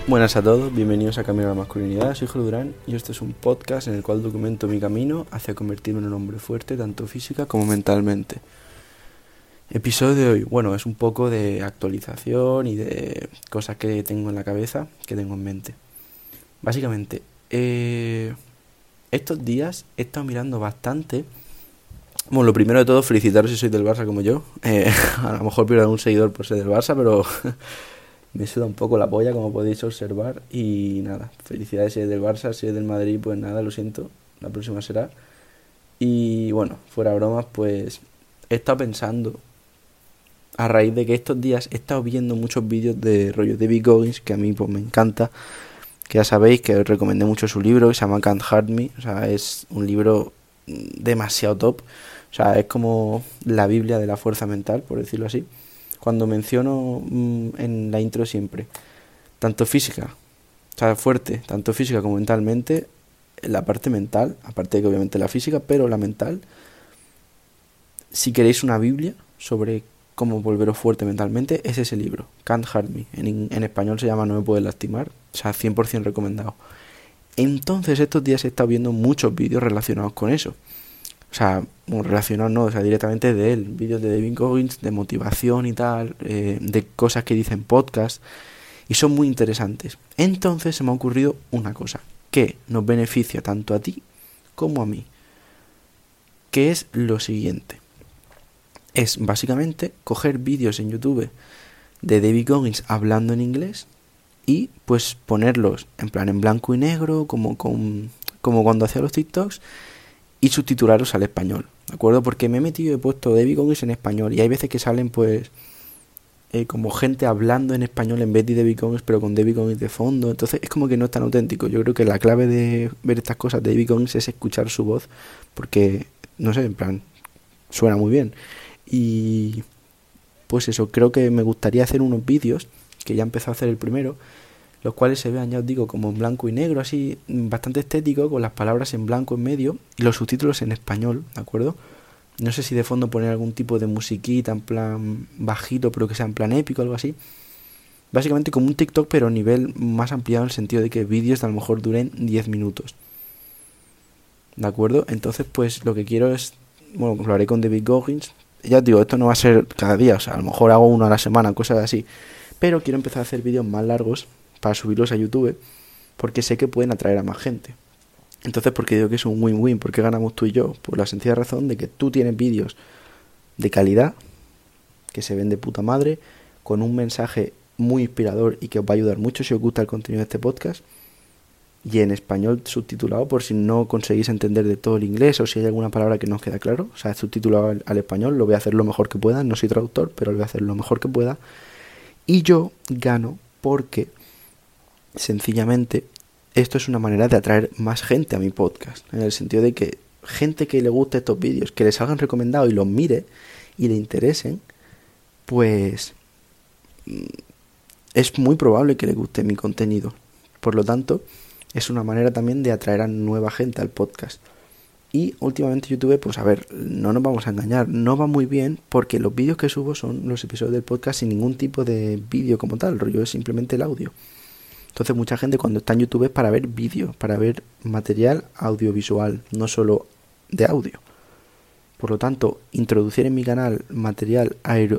Buenas a todos, bienvenidos a Camino a la Masculinidad, soy Jorge Durán y este es un podcast en el cual documento mi camino hacia convertirme en un hombre fuerte tanto física como mentalmente. Episodio de hoy, bueno, es un poco de actualización y de cosas que tengo en la cabeza, que tengo en mente. Básicamente, estos días he estado mirando bastante. Bueno, lo primero de todo, felicitaros si sois del Barça como yo. A lo mejor pierdo algún seguidor por ser del Barça, pero me suda un poco la polla, como podéis observar. Y nada, felicidades si eres del Barça, si eres del Madrid, pues nada, lo siento, la próxima será. Y bueno, fuera bromas, pues he estado pensando, a raíz de que estos días he estado viendo muchos vídeos de rollo David Goggins, que a mí pues me encanta, que ya sabéis que os recomendé mucho su libro, que se llama Can't Hurt Me, o sea, es un libro demasiado top, o sea, es como la Biblia de la fuerza mental, por decirlo así. Cuando menciono en la intro siempre, tanto física, o sea, fuerte, tanto física como mentalmente, la parte mental, aparte de que obviamente la física, pero la mental, si queréis una Biblia sobre cómo volveros fuerte mentalmente, es ese libro, Can't Hurt Me, en español se llama No me puedes lastimar, o sea, 100% recomendado. Entonces estos días he estado viendo muchos vídeos relacionados con eso. O sea, relacionados no, o sea, directamente de él. Vídeos de David Goggins, de motivación y tal, de cosas que dicen podcast. Y son muy interesantes. Entonces se me ha ocurrido una cosa, que nos beneficia tanto a ti como a mí. Que es lo siguiente. Es básicamente coger vídeos en YouTube de David Goggins hablando en inglés y pues ponerlos en plan en blanco y negro, como cuando hacía los TikToks, y subtitularlos al español, ¿de acuerdo? Porque me he metido y he puesto David Goggins en español y hay veces que salen pues como gente hablando en español en vez de David Goggins, pero con David Goggins de fondo. Entonces es como que no es tan auténtico. Yo creo que la clave de ver estas cosas de David Goggins es escuchar su voz, porque, no sé, en plan, suena muy bien. Y pues eso, creo que me gustaría hacer unos vídeos, que ya empezó a hacer el primero, los cuales se vean, ya os digo, como en blanco y negro, así, bastante estético, con las palabras en blanco en medio y los subtítulos en español, ¿de acuerdo? No sé si de fondo poner algún tipo de musiquita en plan bajito, pero que sea en plan épico, algo así. Básicamente como un TikTok, pero a nivel más ampliado, en el sentido de que vídeos a lo mejor duren 10 minutos. ¿De acuerdo? Entonces, pues lo que quiero es, bueno, lo haré con David Goggins. Ya os digo, esto no va a ser cada día, o sea, a lo mejor hago uno a la semana, cosas así. Pero quiero empezar a hacer vídeos más largos para subirlos a YouTube, porque sé que pueden atraer a más gente. Entonces, ¿por qué digo que es un win-win? ¿Por qué ganamos tú y yo? Por la sencilla razón de que tú tienes vídeos de calidad, que se ven de puta madre, con un mensaje muy inspirador y que os va a ayudar mucho si os gusta el contenido de este podcast, y en español subtitulado por si no conseguís entender de todo el inglés o si hay alguna palabra que no os queda claro. O sea, subtitulado al español, lo voy a hacer lo mejor que pueda, no soy traductor, pero lo voy a hacer lo mejor que pueda. Y yo gano porque sencillamente esto es una manera de atraer más gente a mi podcast, en el sentido de que gente que le guste estos vídeos, que les hagan recomendados y los mire y le interesen, pues es muy probable que le guste mi contenido. Por lo tanto, es una manera también de atraer a nueva gente al podcast. Y últimamente YouTube, pues a ver, no nos vamos a engañar, no va muy bien porque los vídeos que subo son los episodios del podcast sin ningún tipo de vídeo como tal, el rollo es simplemente el audio. Entonces mucha gente cuando está en YouTube es para ver vídeos, para ver material audiovisual, no solo de audio. Por lo tanto, introducir en mi canal material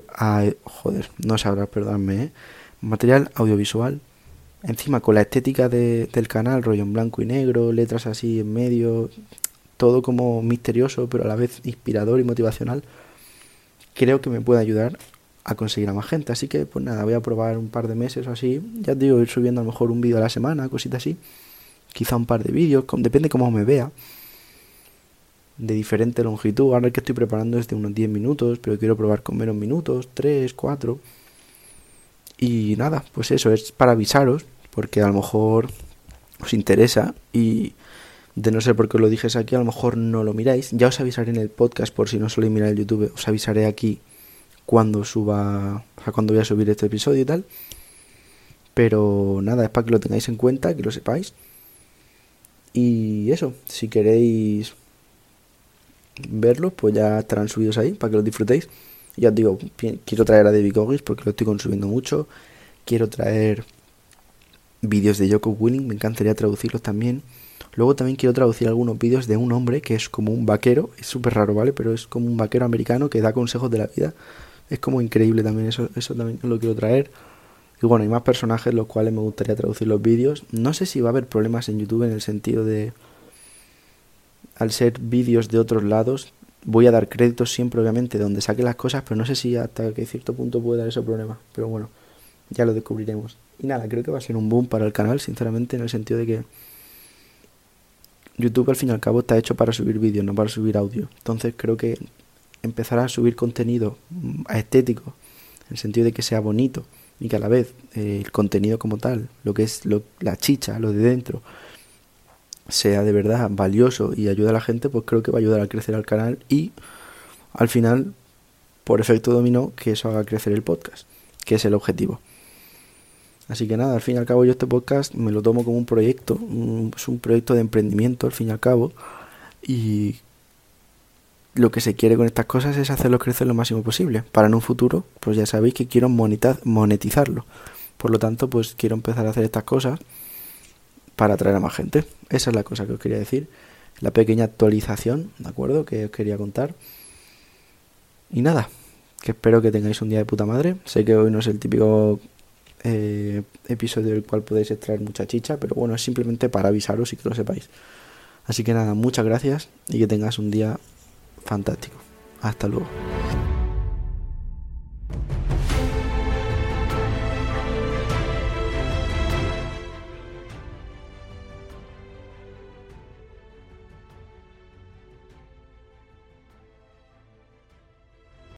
material audiovisual, encima con la estética del canal, rollo en blanco y negro, letras así en medio, todo como misterioso pero a la vez inspirador y motivacional, creo que me puede ayudar a conseguir a más gente. Así que pues nada, voy a probar un par de meses o así, ya os digo, ir subiendo a lo mejor un vídeo a la semana, cositas así, quizá un par de vídeos, depende cómo me vea, de diferente longitud. Ahora el que estoy preparando es de unos 10 minutos, pero quiero probar con menos minutos, 3, 4. Y nada, pues eso, es para avisaros, porque a lo mejor os interesa y de no ser porque os lo dijese aquí, a lo mejor no lo miráis. Ya os avisaré en el podcast, por si no soléis mirar el YouTube, os avisaré aquí cuando suba, o sea, cuando voy a subir este episodio y tal. Pero nada, es para que lo tengáis en cuenta, que lo sepáis. Y eso, si queréis verlos, pues ya estarán subidos ahí, para que los disfrutéis. Ya os digo, quiero traer a David Goggins porque lo estoy consumiendo mucho. Quiero traer vídeos de Jocko Willing, me encantaría traducirlos también. Luego también quiero traducir algunos vídeos de un hombre que es como un vaquero, es súper raro, ¿vale? Pero es como un vaquero americano que da consejos de la vida. Es como increíble también, eso también lo quiero traer. Y bueno, hay más personajes los cuales me gustaría traducir los vídeos. No sé si va a haber problemas en YouTube en el sentido de, al ser vídeos de otros lados, voy a dar créditos siempre, obviamente, de donde saque las cosas, pero no sé si hasta que cierto punto puede dar ese problema. Pero bueno, ya lo descubriremos. Y nada, creo que va a ser un boom para el canal, sinceramente, en el sentido de que YouTube al fin y al cabo está hecho para subir vídeos, no para subir audio. Entonces creo que empezar a subir contenido estético, en el sentido de que sea bonito y que a la vez el contenido como tal, lo que es la chicha, lo de dentro, sea de verdad valioso y ayude a la gente, pues creo que va a ayudar a crecer al canal y al final, por efecto dominó, que eso haga crecer el podcast, que es el objetivo. Así que nada, al fin y al cabo yo este podcast me lo tomo como un proyecto, es un proyecto de emprendimiento al fin y al cabo, y lo que se quiere con estas cosas es hacerlo crecer lo máximo posible, para en un futuro, pues ya sabéis que quiero monetizarlo, por lo tanto pues quiero empezar a hacer estas cosas para atraer a más gente. Esa es la cosa que os quería decir, la pequeña actualización, ¿de acuerdo?, que os quería contar. Y nada, que espero que tengáis un día de puta madre. Sé que hoy no es el típico episodio del cual podéis extraer mucha chicha, pero bueno, es simplemente para avisaros y que lo sepáis. Así que nada, muchas gracias y que tengas un día fantástico. Hasta luego.